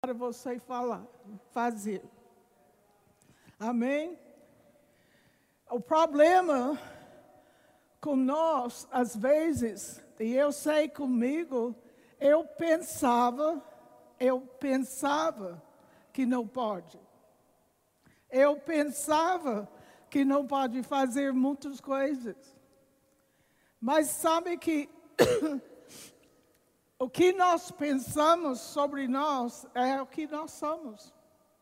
para você fazer. Amém? O problema com nós, às vezes, e eu sei comigo, eu pensava que não pode. Eu pensava que não pode fazer muitas coisas. Mas sabe que o que nós pensamos sobre nós é o que nós somos.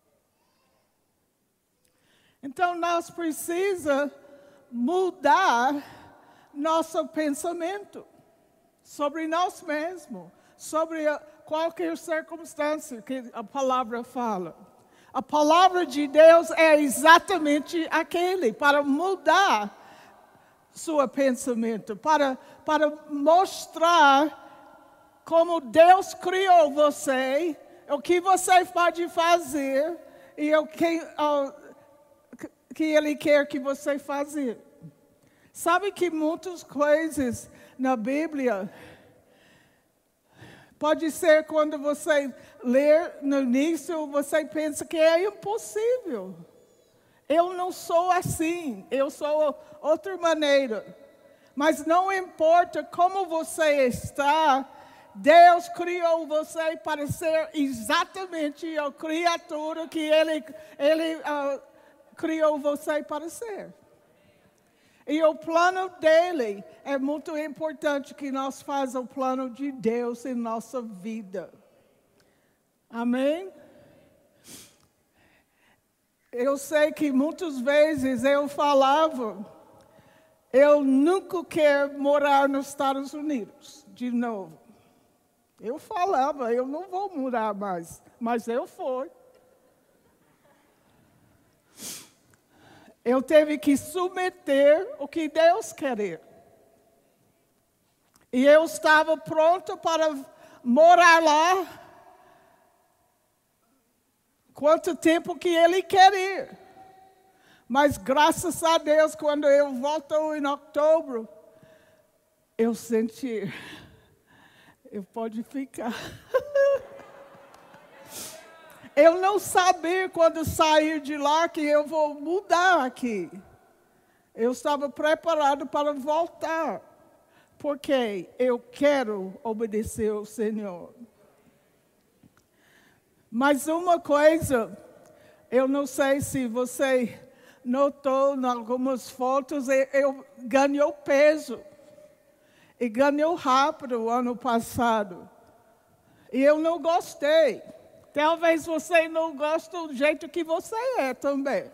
Então, nós precisamos mudar nosso pensamento sobre nós mesmos, sobre qualquer circunstância que a palavra fala. A palavra de Deus é exatamente aquele, para mudar seu pensamento, para mostrar como Deus criou você, o que você pode fazer e o que Ele quer que você faça. Sabe que muitas coisas na Bíblia, pode ser quando você lê no início, você pensa que é impossível. Eu não sou assim, eu sou outra maneira. Mas não importa como você está, Deus criou você para ser exatamente a criatura que Ele criou você para ser. E o plano dele é muito importante que nós façamos o plano de Deus em nossa vida. Amém? Eu sei que muitas vezes eu falava, eu nunca quero morar nos Estados Unidos de novo. Eu falava, eu não vou morar mais, mas eu fui. Eu tive que submeter o que Deus queria. E eu estava pronto para morar lá quanto tempo que Ele queria. Mas graças a Deus, quando eu volto em outubro, eu senti, eu pode ficar. Eu não sabia quando sair de lá que eu vou mudar aqui. Eu estava preparado para voltar, porque eu quero obedecer ao Senhor. Mas uma coisa, eu não sei se você notou em algumas fotos, eu ganhei peso. E ganhei rápido o ano passado. E eu não gostei. Talvez você não goste do jeito que você é também.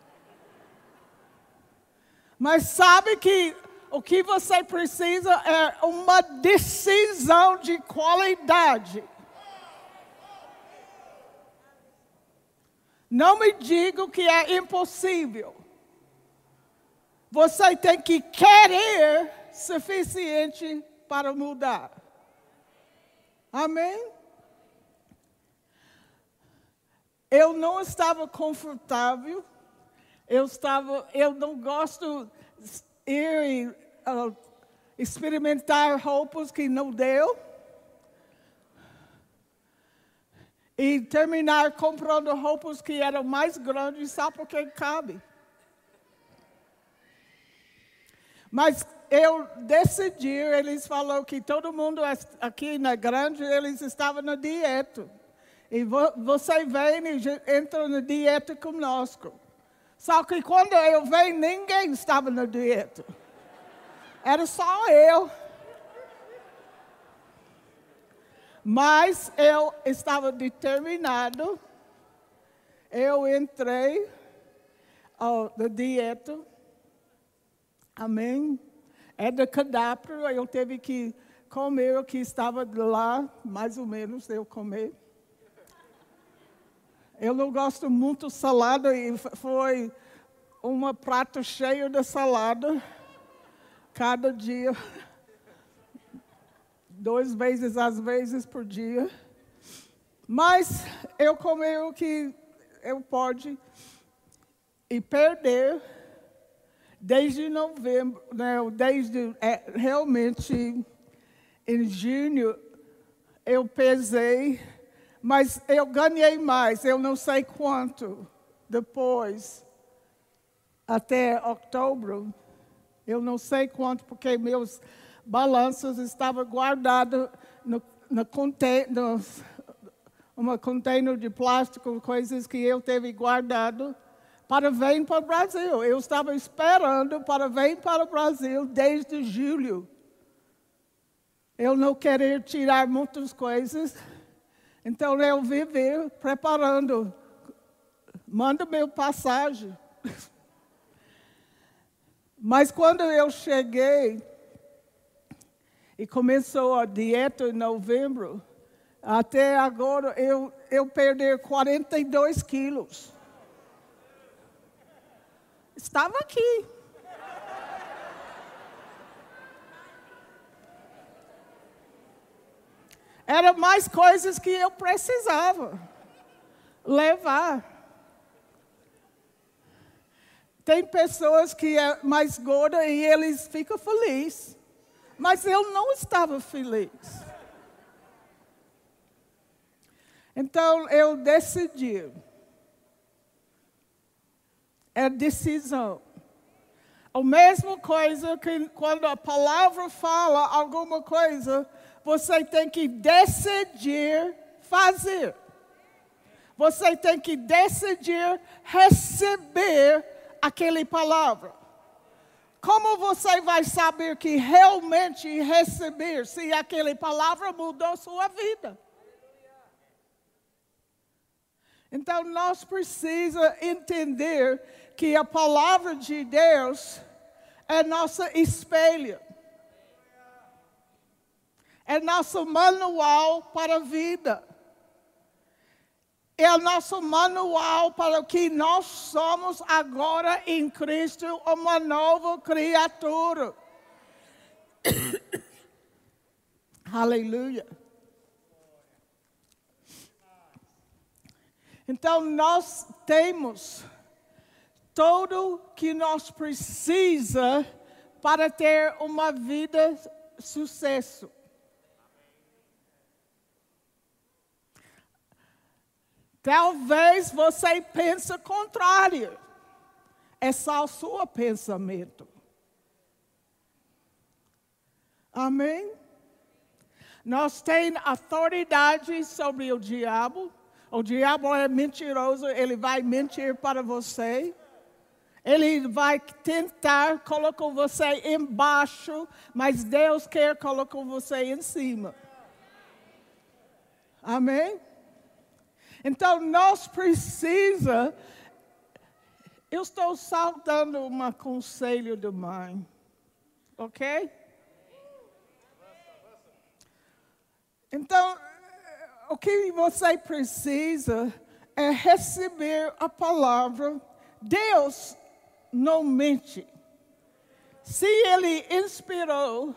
Mas sabe que o que você precisa é uma decisão de qualidade. Não me diga que é impossível. Você tem que querer suficiente para mudar. Amém? Eu não estava confortável. Eu não gosto de ir experimentar roupas que não deu. E terminar comprando roupas que eram mais grandes só porque cabe. Mas eu decidi, eles falaram que todo mundo aqui na grande, eles estavam na dieta. E você vem e entra na dieta conosco. Só que quando eu venho, ninguém estava na dieta. Era só eu. Mas eu estava determinado. Eu entrei na dieta. Amém? É de cardápio, eu tive que comer o que estava lá, mais ou menos eu comer. Eu não gosto muito de salada e foi um prato cheio de salada, cada dia, 2 vezes, às vezes, por dia. Mas eu comi o que eu pude e perder. Desde novembro, realmente, em junho, eu pesei Mas eu ganhei mais, eu não sei quanto. Depois, até outubro, eu não sei quanto, porque meus balanços estavam guardados no container de plástico, coisas que eu teve guardado para vir para o Brasil. Eu estava esperando para vir para o Brasil desde julho. Eu não queria tirar muitas coisas, então eu vivi preparando. Manda meu passagem. Mas quando eu cheguei e começou a dieta em novembro, até agora eu perdi 42 quilos. Estava aqui. Eram mais coisas que eu precisava levar. Tem pessoas que é mais gorda e eles ficam felizes. Mas eu não estava feliz. Então eu decidi. É decisão. A mesma coisa que quando a palavra fala alguma coisa, você tem que decidir fazer. Você tem que decidir receber aquela palavra. Como você vai saber que realmente receber se aquela palavra mudou sua vida? Então, nós precisamos entender que a palavra de Deus é nosso espelho. É nosso manual para a vida. É o nosso manual para o que nós somos agora em Cristo, uma nova criatura. Aleluia. Então, nós temos tudo que nós precisamos para ter uma vida de sucesso. Talvez você pense o contrário. É só o seu pensamento. Amém? Nós temos autoridade sobre o diabo. O diabo é mentiroso, ele vai mentir para você. Ele vai tentar colocar você embaixo, mas Deus quer colocar você em cima. Amém? Então, nós precisamos... Eu estou só dando um conselho de mãe. Ok? Então, o que você precisa é receber a palavra. Deus não mente. Se Ele inspirou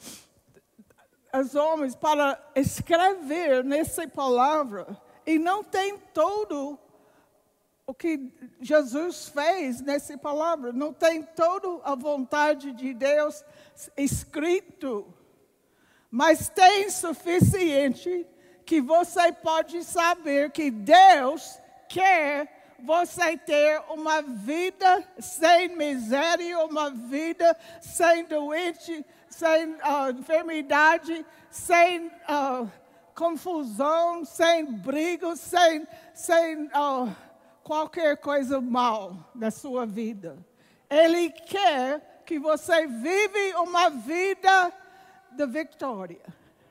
os homens para escrever nessa palavra, e não tem todo o que Jesus fez nessa palavra, não tem toda a vontade de Deus escrito, mas tem suficiente que você pode saber que Deus quer você ter uma vida sem miséria, uma vida sem doente, sem enfermidade, sem confusão, sem briga, sem qualquer coisa mal na sua vida. Ele quer que você vive uma vida de vitória.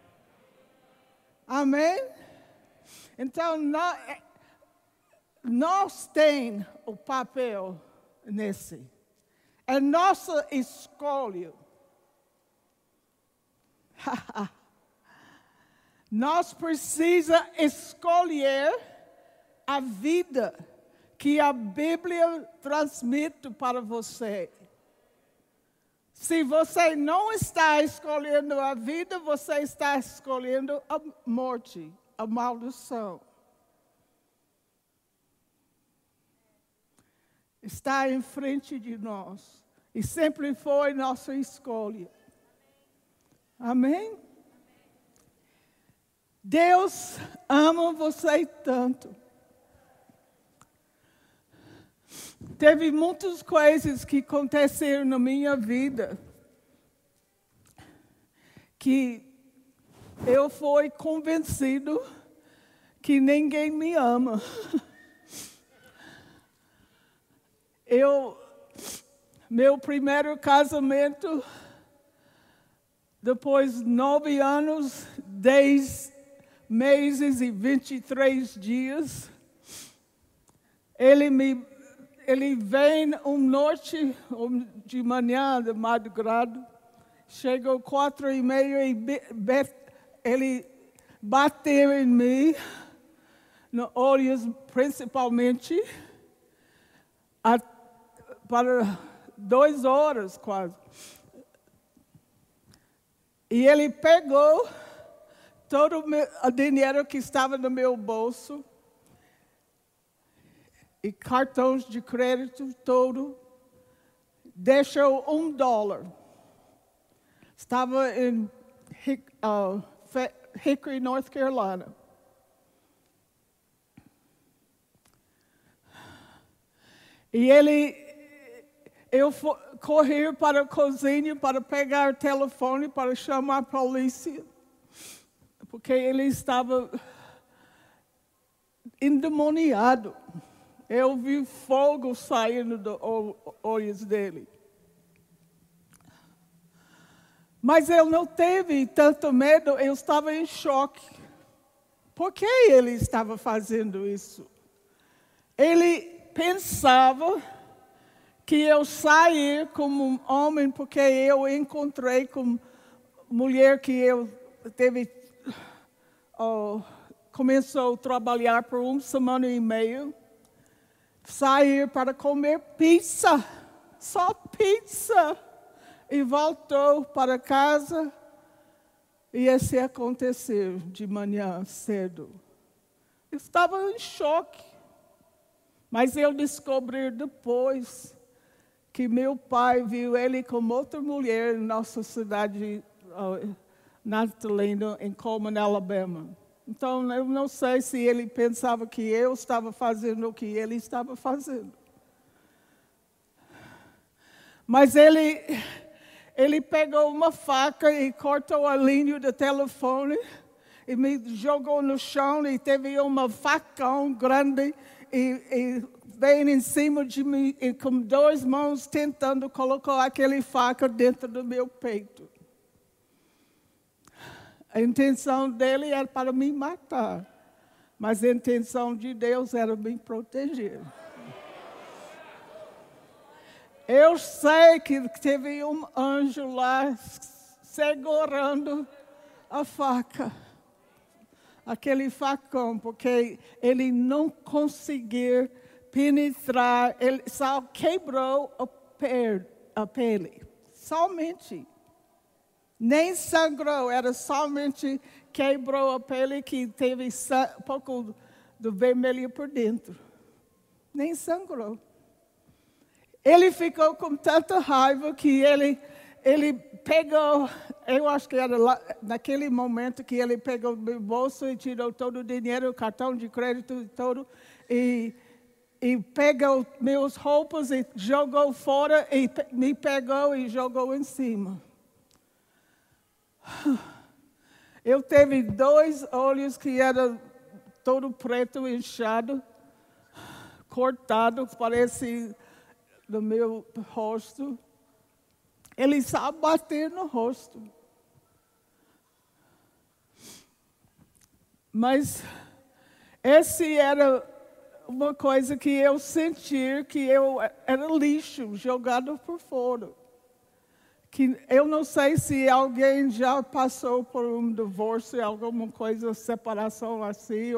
Amém? Então, nós temos o papel nesse. É nossa escolha. Nós precisamos escolher a vida que a Bíblia transmite para você. Se você não está escolhendo a vida, você está escolhendo a morte, a maldição. Está em frente de nós. E sempre foi nossa escolha. Amém? Deus ama você tanto. Teve muitas coisas que aconteceram na minha vida que eu fui convencido que ninguém me ama. Meu primeiro casamento, depois de 9 anos, 10 meses e 23 dias, ele vem noite de manhã, de madrugada, chegou 4:30 e ele bateu em mim, nos olhos principalmente, para 2 horas quase. E ele pegou todo o dinheiro que estava no meu bolso, e cartões de crédito todo, deixou $1. Estava em Hickory, North Carolina. E eu corri para a cozinha para pegar o telefone, para chamar a polícia, porque ele estava endemoniado. Eu vi fogo saindo dos olhos dele. Mas eu não teve tanto medo, eu estava em choque. Por que ele estava fazendo isso? Ele pensava que eu saí como um homem, porque eu encontrei com mulher que eu começou a trabalhar por 1 semana e meia, sair para comer pizza, só pizza, e voltou para casa, e esse aconteceu de manhã cedo. Eu estava em choque, mas eu descobri depois que meu pai viu ele com outra mulher em nossa cidade natalina, em Coleman, Alabama. Então, eu não sei se ele pensava que eu estava fazendo o que ele estava fazendo. Mas ele pegou uma faca e cortou a linha do telefone e me jogou no chão, e teve um facão grande e veio em cima de mim e com 2 mãos tentando colocar aquele faca dentro do meu peito. A intenção dele era para me matar, mas a intenção de Deus era me proteger. Eu sei que teve um anjo lá segurando a faca, aquele facão, porque ele não conseguiu penetrar, ele só quebrou a pele, somente. Nem sangrou, era somente quebrou a pele, que teve um pouco do vermelho por dentro. Nem sangrou. Ele ficou com tanta raiva que ele pegou, eu acho que era lá, naquele momento que ele pegou do meu bolso e tirou todo o dinheiro, o cartão de crédito todo, e pegou meus roupas e jogou fora, e me pegou e jogou em cima. Eu teve 2 olhos que eram todo preto, inchado, cortado, parece do meu rosto. Ele sabe bater no rosto. Mas esse era uma coisa que eu senti, que eu era lixo jogado por fora. Que eu não sei se alguém já passou por um divórcio, alguma coisa, separação assim,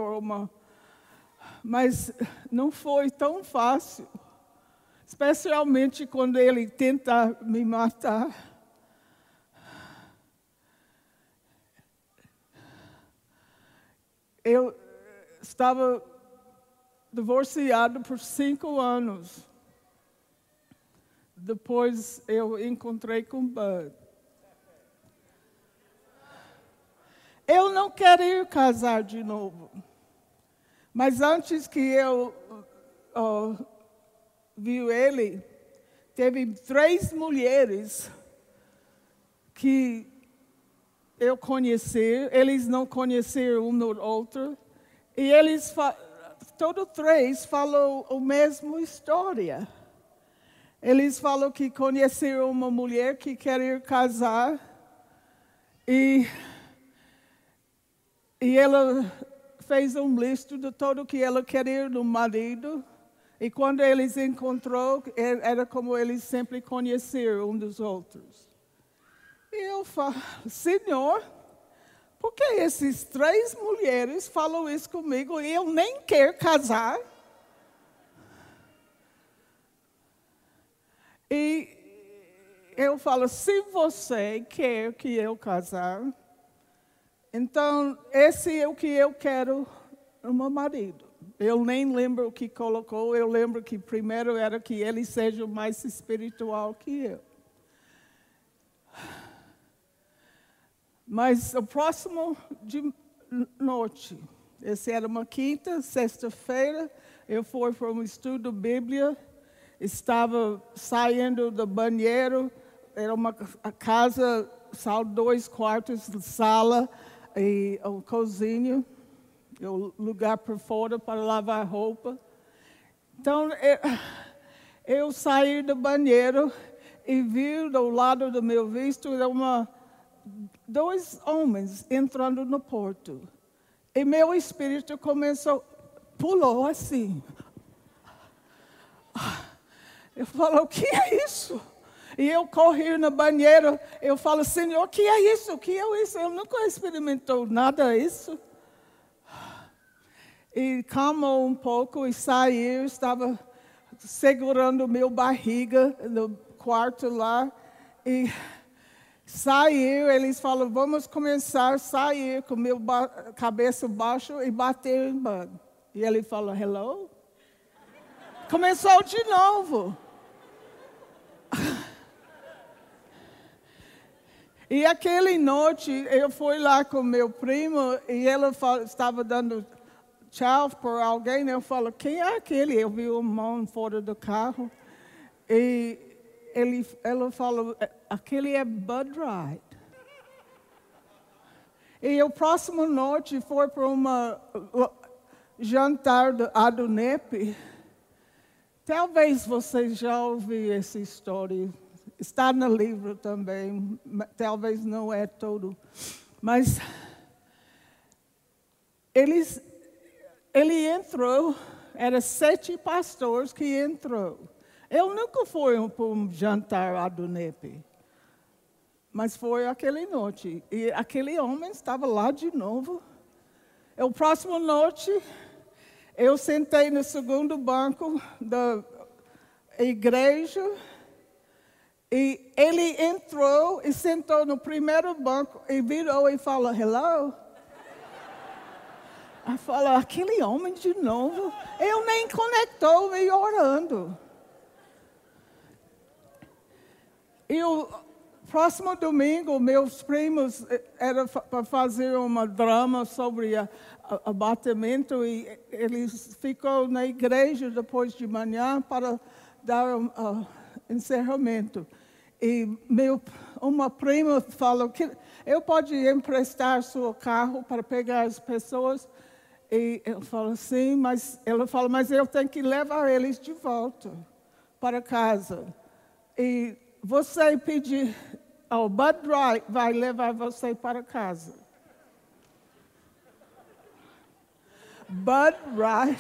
mas não foi tão fácil. Especialmente quando ele tenta me matar. Eu estava divorciado por 5 anos. Depois eu encontrei com Bud. Eu não quero ir casar de novo. Mas antes que eu vi ele, teve 3 mulheres que eu conheci, eles não conheceram um no outro, e eles, todos 3 falam a mesma história. Eles falam que conheceram uma mulher que queria casar, e ela fez um listo de tudo que ela queria no marido, e quando eles encontrou, era como eles sempre conheceram um dos outros. E eu falo, Senhor, por que essas 3 mulheres falam isso comigo e eu nem quero casar? E eu falo, se você quer que eu casar, então esse é o que eu quero no meu marido. Eu nem lembro o que colocou, eu lembro que primeiro era que ele seja mais espiritual que eu. Mas o próximo de noite, esse era uma quinta, sexta-feira, eu fui para um estudo Bíblia, estava saindo do banheiro, era uma casa, só 2 quartos, sala e a cozinha, o lugar por fora para lavar roupa. Então, eu saí do banheiro e vi do lado do meu visto 2 homens entrando no porto. E meu espírito pulou assim. Eu falo, o que é isso? E eu corri no banheiro, eu falo, Senhor, o que é isso? O que é isso? Eu nunca experimentou nada disso. E calmou um pouco e saiu, estava segurando meu barriga no quarto lá. E saiu, eles falaram, vamos começar a sair com meu cabeça baixa e bater em banho. E ele falou, hello? Começou de novo. E aquela noite, eu fui lá com meu primo e ele estava dando tchau para alguém. Eu falo, quem é aquele? Eu vi uma mão fora do carro. E ela falou, aquele é Bud Wright. E a próxima noite foi para uma jantar do Adunep. Talvez vocês já ouviram essa história. Está no livro também, talvez não é todo. Mas ele entrou, eram 7 pastores que entrou. Eu nunca fui para um jantar Adunep, mas foi aquela noite. E aquele homem estava lá de novo. A próxima noite, eu sentei no segundo banco da igreja. E ele entrou e sentou no primeiro banco e virou e falou, hello? Eu falo, aquele homem de novo. Eu nem conectou me orando. E o próximo domingo, meus primos era para fazer uma drama sobre abatimento e eles ficou na igreja depois de manhã para dar encerramento. E uma prima falou que eu posso emprestar seu carro para pegar as pessoas. E eu falo, sim, mas ela fala, mas eu tenho que levar eles de volta para casa. E você pedir, o Bud Wright vai levar você para casa. Bud Wright.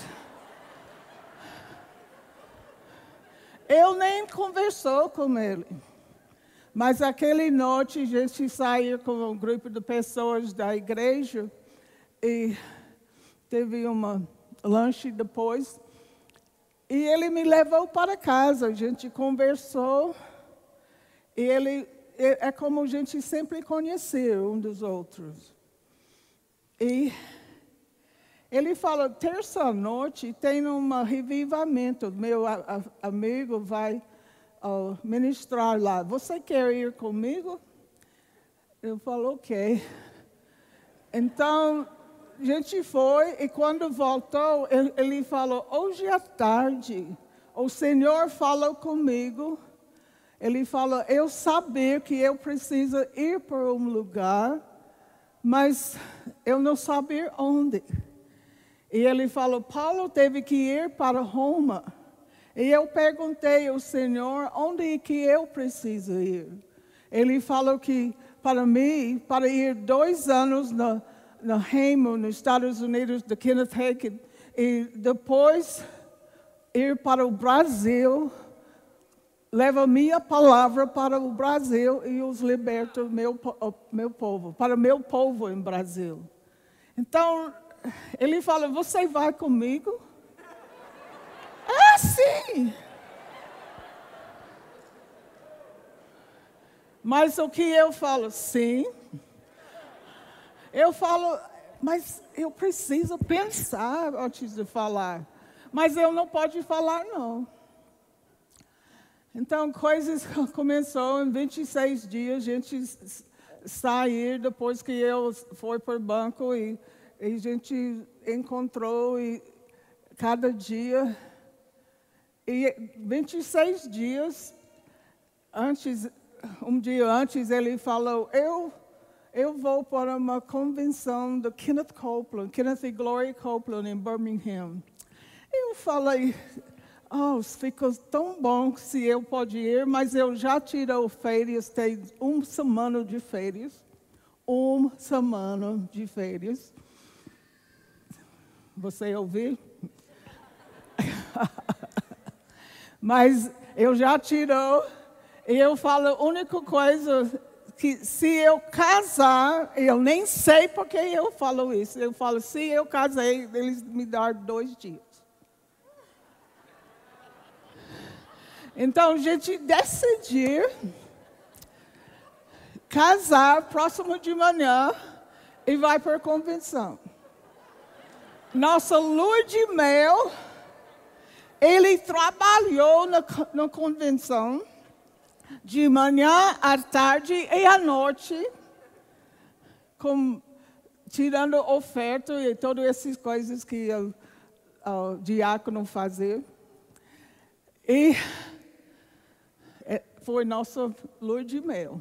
Eu nem conversou com ele. Mas aquela noite a gente saiu com um grupo de pessoas da igreja e teve uma lanche depois. E ele me levou para casa, a gente conversou. E ele é como a gente sempre conheceu um dos outros. E ele falou, terça-noite tem um revivamento, meu amigo vai ministrar lá. Você quer ir comigo? Eu falo, ok. Então, a gente foi e quando voltou, ele falou, hoje à tarde, o Senhor falou comigo. Ele falou, eu sabia que eu preciso ir para um lugar, mas eu não sabia onde. E ele falou, Paulo teve que ir para Roma. E eu perguntei ao Senhor, onde é que eu preciso ir? Ele falou que, para mim, para ir 2 anos no Reino, nos Estados Unidos, de Kenneth Hagin, e depois ir para o Brasil, leva minha palavra para o Brasil e os liberta meu povo, para o meu povo em Brasil. Então, ele fala, você vai comigo? Sim. Mas o que eu falo? Sim. Eu falo, mas eu preciso pensar antes de falar. Mas eu não posso falar, não. Então, coisas começou em 26 dias, a gente sair depois que eu fui para o banco e a gente encontrou e cada dia. E 26 dias antes, um dia antes, ele falou, eu vou para uma convenção do Kenneth e Gloria Copeland em Birmingham. Eu falei, ficou tão bom se eu pode ir, mas eu já tirei férias, tem 1 semana de férias. 1 semana de férias. Você ouviu? Mas eu já tirou, e eu falo, a única coisa que se eu casar, eu nem sei porque eu falo isso. Eu falo, se eu casei, eles me dão 2 dias. Então, a gente decidiu casar próximo de manhã e vai para a convenção. Nossa lua de mel, ele trabalhou na convenção de manhã, à tarde e à noite, tirando oferta e todas essas coisas que o diácono fazia. E foi nossa lua de mel.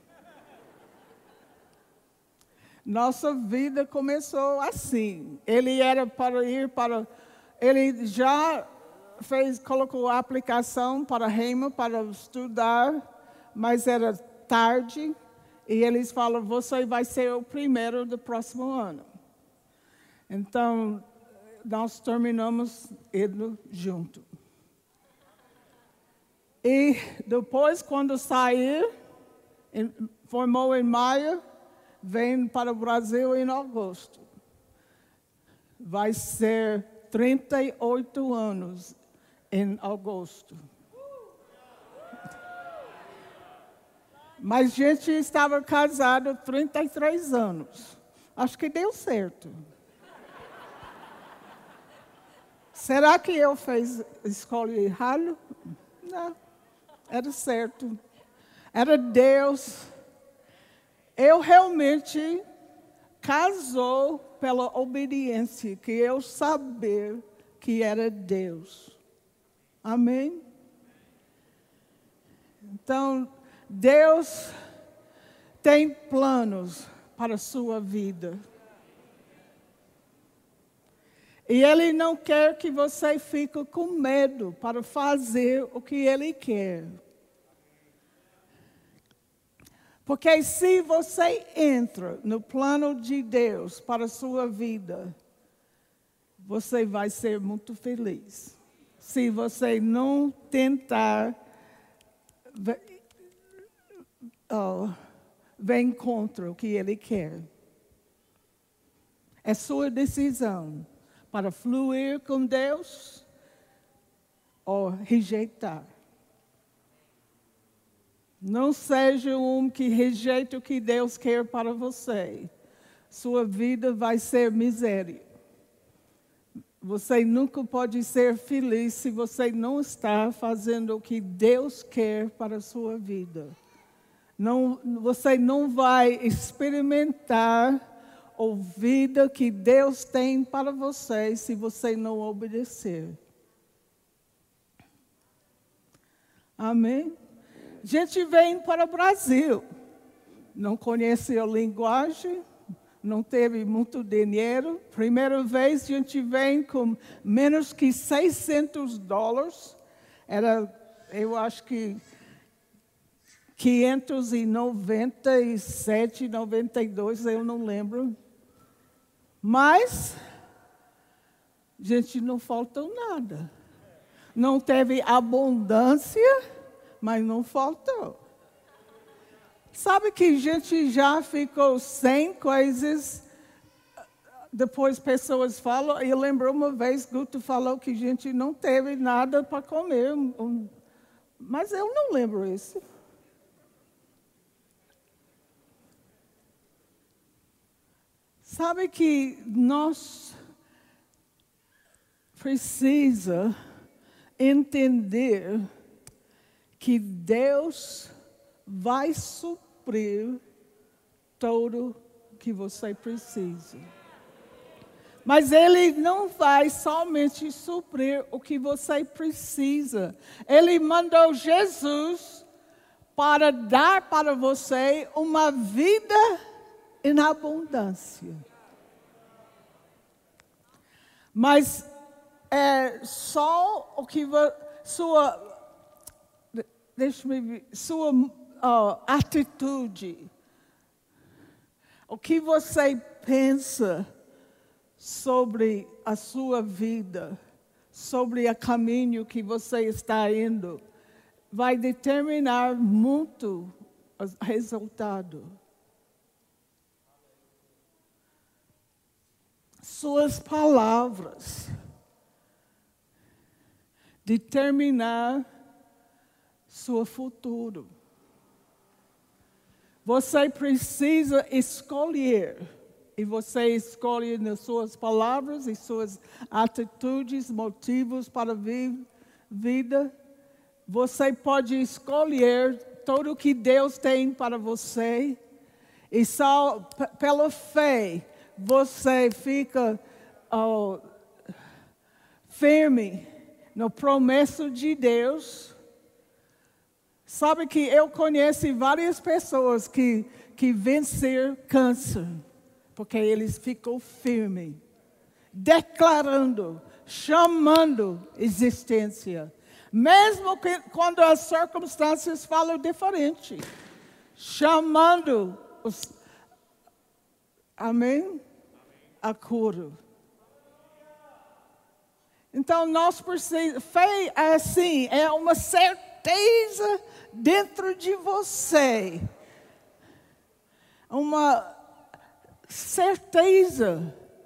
Nossa vida começou assim. Ele era para ir para... Ele já colocou a aplicação para Rema, para estudar, mas era tarde. E eles falam, você vai ser o primeiro do próximo ano. Então, nós terminamos indo junto. E depois, quando sair, formou em maio, vem para o Brasil em agosto. Vai ser 38 anos em agosto. Mas a gente estava casado 33 anos. Acho que deu certo. Será que eu escolhi errado? Não, era certo. Era Deus. Eu realmente casou pela obediência, que eu sabia que era Deus. Amém? Então, Deus tem planos para a sua vida. E Ele não quer que você fique com medo para fazer o que Ele quer. Porque se você entra no plano de Deus para a sua vida, você vai ser muito feliz. Se você não tentar vem contra o que Ele quer. É sua decisão para fluir com Deus ou rejeitar. Não seja um que rejeita o que Deus quer para você. Sua vida vai ser miséria. Você nunca pode ser feliz se você não está fazendo o que Deus quer para a sua vida. Não, você não vai experimentar a vida que Deus tem para você se você não obedecer. Amém? A gente vem para o Brasil, não conhece a linguagem, não teve muito dinheiro. Primeira vez a gente vem com menos que $600. Era, eu acho que 597, 92, eu não lembro. Mas a gente não faltou nada. Não teve abundância, mas não faltou. Sabe que a gente já ficou sem coisas, depois pessoas falam, eu lembro uma vez, Guto falou que a gente não teve nada para comer, mas eu não lembro isso. Sabe que nós precisamos entender que Deus vai suprir tudo que você precisa. Mas Ele não vai somente suprir o que você precisa. Ele mandou Jesus para dar para você uma vida em abundância. Mas é só o que sua atitude, o que você pensa sobre a sua vida, sobre o caminho que você está indo, vai determinar muito o resultado. Suas palavras determinar seu futuro. Você precisa escolher, e você escolhe nas suas palavras e suas atitudes, motivos para a vida. Você pode escolher tudo o que Deus tem para você, e só pela fé você fica firme na promessa de Deus. Sabe que eu conheço várias pessoas que venceram câncer, porque eles ficam firmes, declarando, chamando existência. Mesmo que, quando as circunstâncias falam diferente, chamando amém? A cura. Então, nós precisamos, fé é assim, é uma certeza dentro de você. Uma certeza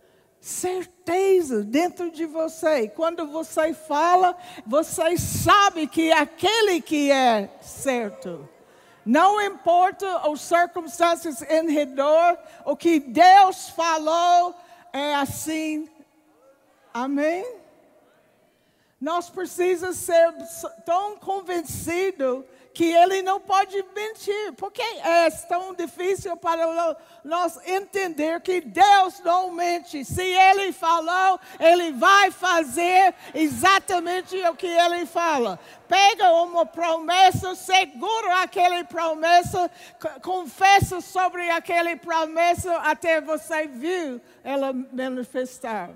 dentro de você. Quando você fala, você sabe que aquele que é certo. Não importa as circunstâncias em redor, o que Deus falou é assim. Amém? Nós precisamos ser tão convencidos que Ele não pode mentir. Porque é tão difícil para nós entender que Deus não mente. Se Ele falou, Ele vai fazer exatamente o que Ele fala. Pega uma promessa, segura aquela promessa, confessa sobre aquela promessa até você ver ela manifestar.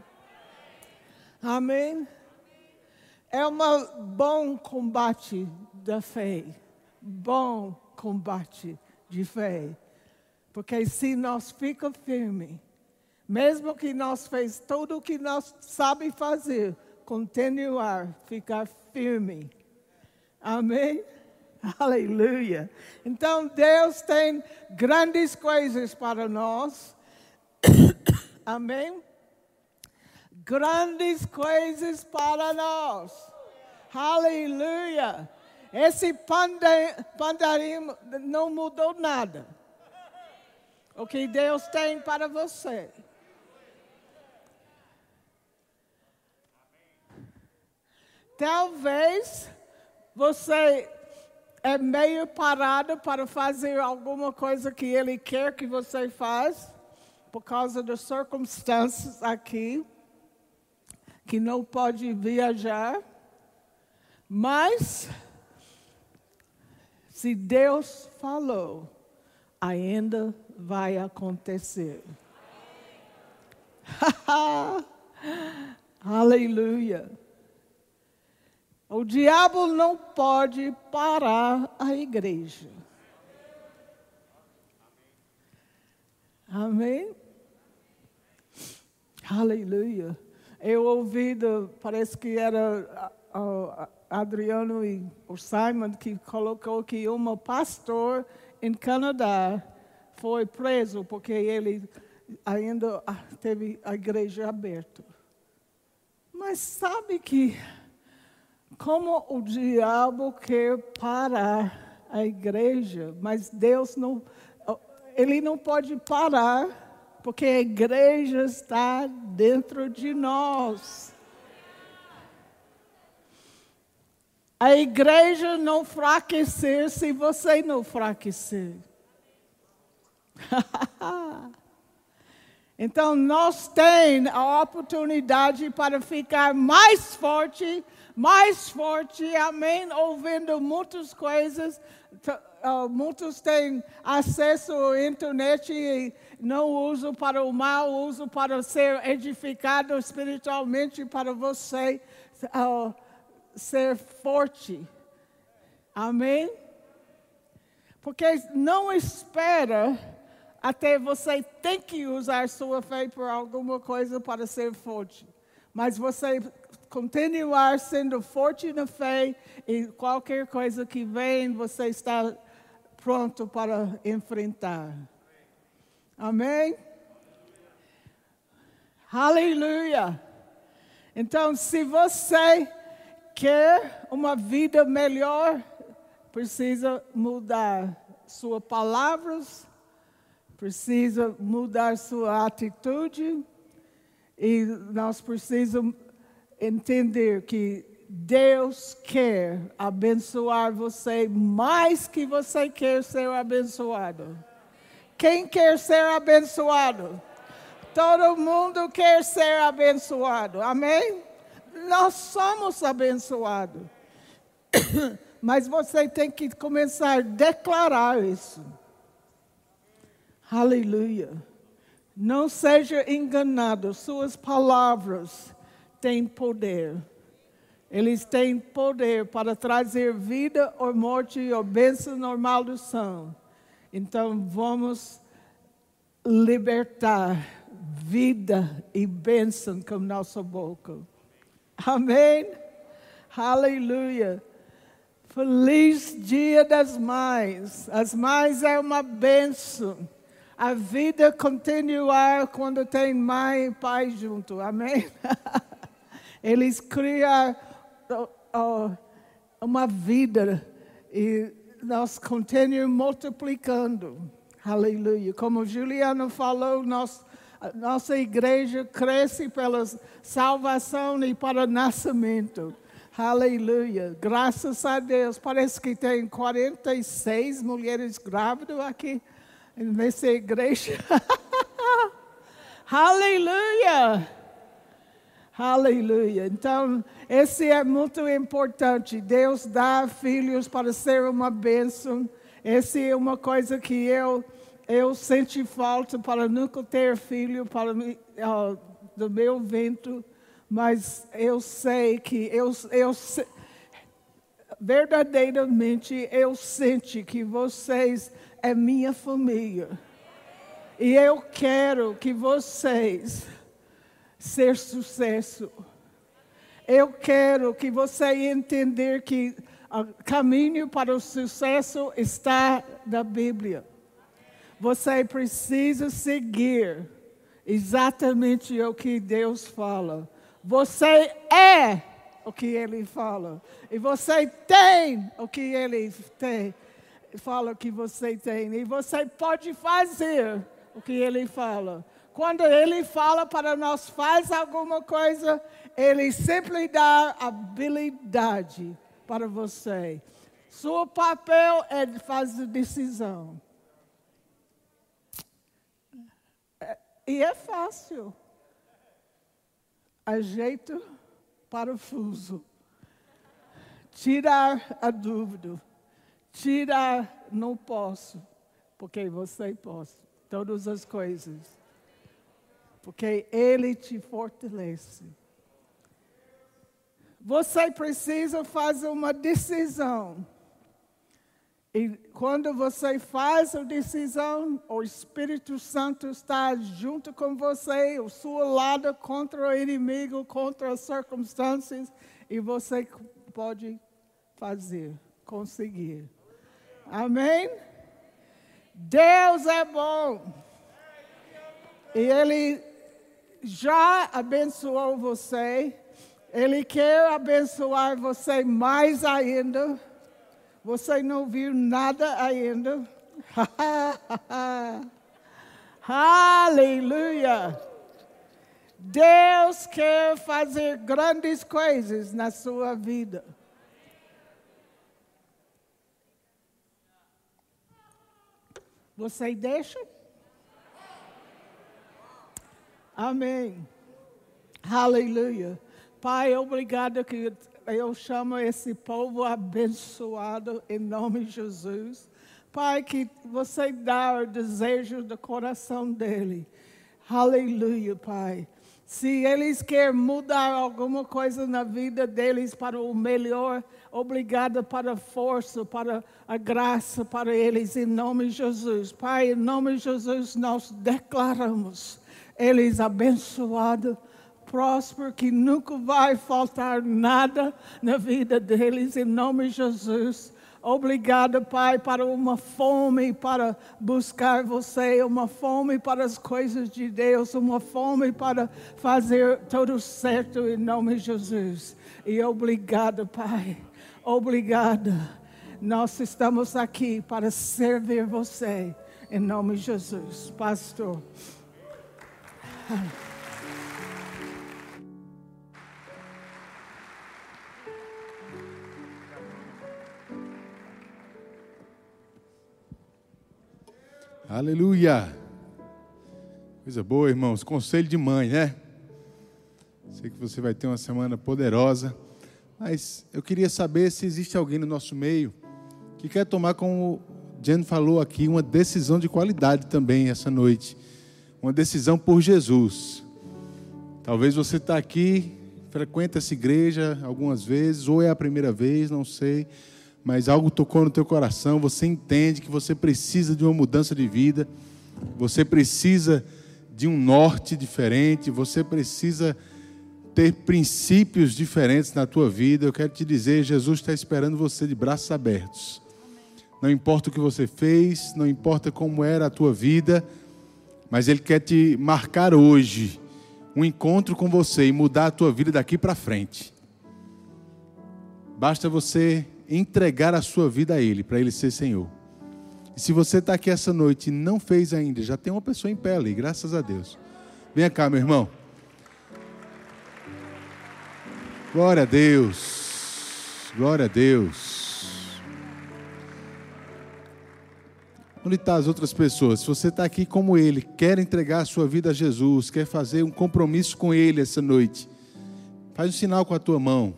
Amém? É um bom combate da fé. Bom combate de fé. Porque se nós ficamos firmes, mesmo que nós fez tudo o que nós sabemos fazer, continuar, ficar firme. Amém? Aleluia. Então Deus tem grandes coisas para nós. Amém? Grandes coisas para nós. Aleluia. Esse pandemia não mudou nada. O que Deus tem para você. Talvez você é meio parado para fazer alguma coisa que Ele quer que você faça. por causa das circunstâncias aqui, que não pode viajar, mas se Deus falou, ainda vai acontecer. Aleluia. O diabo não pode parar a igreja. Amém? Aleluia. Eu ouvi, parece que era Adriano e o Simon, que colocou que um pastor em Canadá foi preso porque ele ainda teve a igreja aberta. Mas sabe que como o diabo quer parar a igreja, mas Deus não, ele não pode parar, porque a igreja está dentro de nós. A igreja não enfraquecer se você não enfraquecer. Então, nós temos a oportunidade para ficar mais forte, amém? Ouvindo muitas coisas. Muitos têm acesso à internet e não usam para o mal, usam para ser edificado espiritualmente, para você ser forte. Amém? Porque não espera até você ter que usar sua fé por alguma coisa para ser forte. Mas você continuar sendo forte na fé e qualquer coisa que vem, você está pronto para enfrentar. Amém? Aleluia! Então, se você quer uma vida melhor, precisa mudar suas palavras, precisa mudar sua atitude, e nós precisamos entender que Deus quer abençoar você mais que você quer ser abençoado. Quem quer ser abençoado? Todo mundo quer ser abençoado. Amém? Nós somos abençoados. Mas você tem que começar a declarar isso. Aleluia. Não seja enganado. Suas palavras têm poder. Eles têm poder para trazer vida ou morte ou bênção ou maldição. Então, vamos libertar vida e bênção com nossa boca. Amém? Aleluia. Feliz Dia das Mães. As mães é uma bênção. A vida continuar quando tem mãe e pai junto. Amém? Eles criam uma vida e nós continuamos multiplicando. Aleluia. Como Juliano falou, nossa igreja cresce pela salvação e para o nascimento. Aleluia. Graças a Deus. Parece que tem 46 mulheres grávidas aqui nessa igreja. Aleluia. Aleluia. Então, esse é muito importante. Deus dá filhos para ser uma bênção. Essa é uma coisa que eu senti falta para nunca ter filho do meu ventre. Mas eu sei que verdadeiramente eu sinto que vocês é minha família. E eu quero que vocês ser sucesso. Eu quero que você entender que o caminho para o sucesso está na Bíblia. Você precisa seguir exatamente o que Deus fala. Você é o que Ele fala. E você tem o que Ele tem. Fala que você tem. E você pode fazer o que Ele fala. Quando Ele fala para nós fazer alguma coisa, Ele sempre dá habilidade para você. Seu papel é de fazer decisão. E é fácil. Ajeito parafuso. Tirar a dúvida. Tirar não posso. Porque você pode. Todas as coisas. Porque Ele te fortalece. Você precisa fazer uma decisão. E quando você faz a decisão, o Espírito Santo está junto com você, ao seu lado, contra o inimigo, contra as circunstâncias, e você pode fazer, conseguir. Amém? Deus é bom. E Ele já abençoou você. Ele quer abençoar você mais ainda. Você não viu nada ainda. Aleluia! Deus quer fazer grandes coisas na sua vida. Você deixa? Amém. Aleluia. Pai, obrigado que eu chamo esse povo abençoado em nome de Jesus. Pai, que você dá o desejo do coração dele. Aleluia, Pai. Se eles querem mudar alguma coisa na vida deles para o melhor, obrigado para a força, para a graça para eles, em nome de Jesus. Pai, em nome de Jesus, nós declaramos eles abençoados, próspero, que nunca vai faltar nada na vida deles, em nome de Jesus. Obrigado, Pai, para uma fome para buscar você, uma fome para as coisas de Deus, uma fome para fazer tudo certo, em nome de Jesus. E obrigado, Pai, obrigado. Nós estamos aqui para servir você, em nome de Jesus. Pastor. Aleluia! Coisa boa, irmãos. Conselho de mãe, né? Sei que você vai ter uma semana poderosa, mas eu queria saber se existe alguém no nosso meio que quer tomar, como o Jen falou aqui, uma decisão de qualidade também essa noite. Uma decisão por Jesus. Talvez você está aqui, frequenta essa igreja algumas vezes, ou é a primeira vez, não sei, mas algo tocou no teu coração, você entende que você precisa de uma mudança de vida, você precisa de um norte diferente, você precisa ter princípios diferentes na tua vida. Eu quero te dizer, Jesus está esperando você de braços abertos. Não importa o que você fez, não importa como era a tua vida, mas Ele quer te marcar hoje um encontro com você e mudar a tua vida daqui para frente. Basta você entregar a sua vida a Ele, para Ele ser Senhor. E se você está aqui essa noite e não fez ainda, já tem uma pessoa em pé ali, graças a Deus. Venha cá, meu irmão. Glória a Deus. Glória a Deus. Onde estão as outras pessoas? Se você está aqui como ele, quer entregar a sua vida a Jesus, quer fazer um compromisso com Ele essa noite, faz um sinal com a tua mão.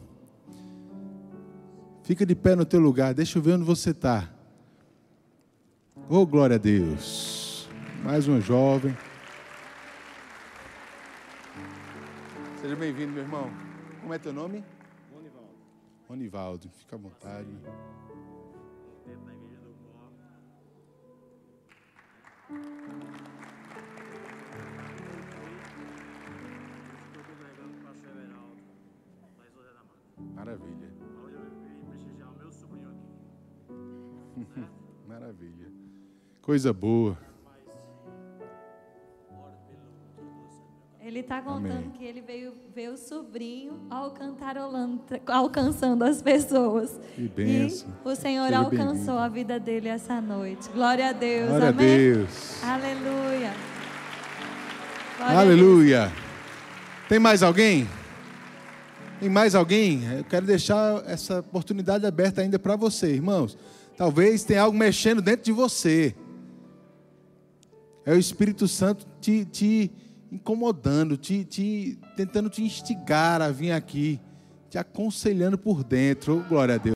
Fica de pé no teu lugar, deixa eu ver onde você está. Oh, glória a Deus. Mais uma jovem. Seja bem-vindo, meu irmão. Como é teu nome? Ronivaldo. Ronivaldo, fica à vontade. Tempo na igreja do Corpo. Estou congregando com o pastor Everaldo, lá em José da Mata. Maravilha. Onde eu vim prestigiar o meu sobrinho aqui. Certo? Maravilha. Coisa boa. Ele está contando Amém. que ele veio ver o sobrinho alcançando as pessoas. Que bênção. E o Senhor Seja alcançou bem-vindo. a vida dele essa noite. Glória a Deus. Glória Amém? a Deus. Aleluia. Glória a Aleluia. Tem mais alguém? Tem mais alguém? Eu quero deixar essa oportunidade aberta ainda para você, irmãos. Talvez tenha algo mexendo dentro de você. É o Espírito Santo te incomodando, tentando te instigar a vir aqui, te aconselhando por dentro. Oh, glória a Deus.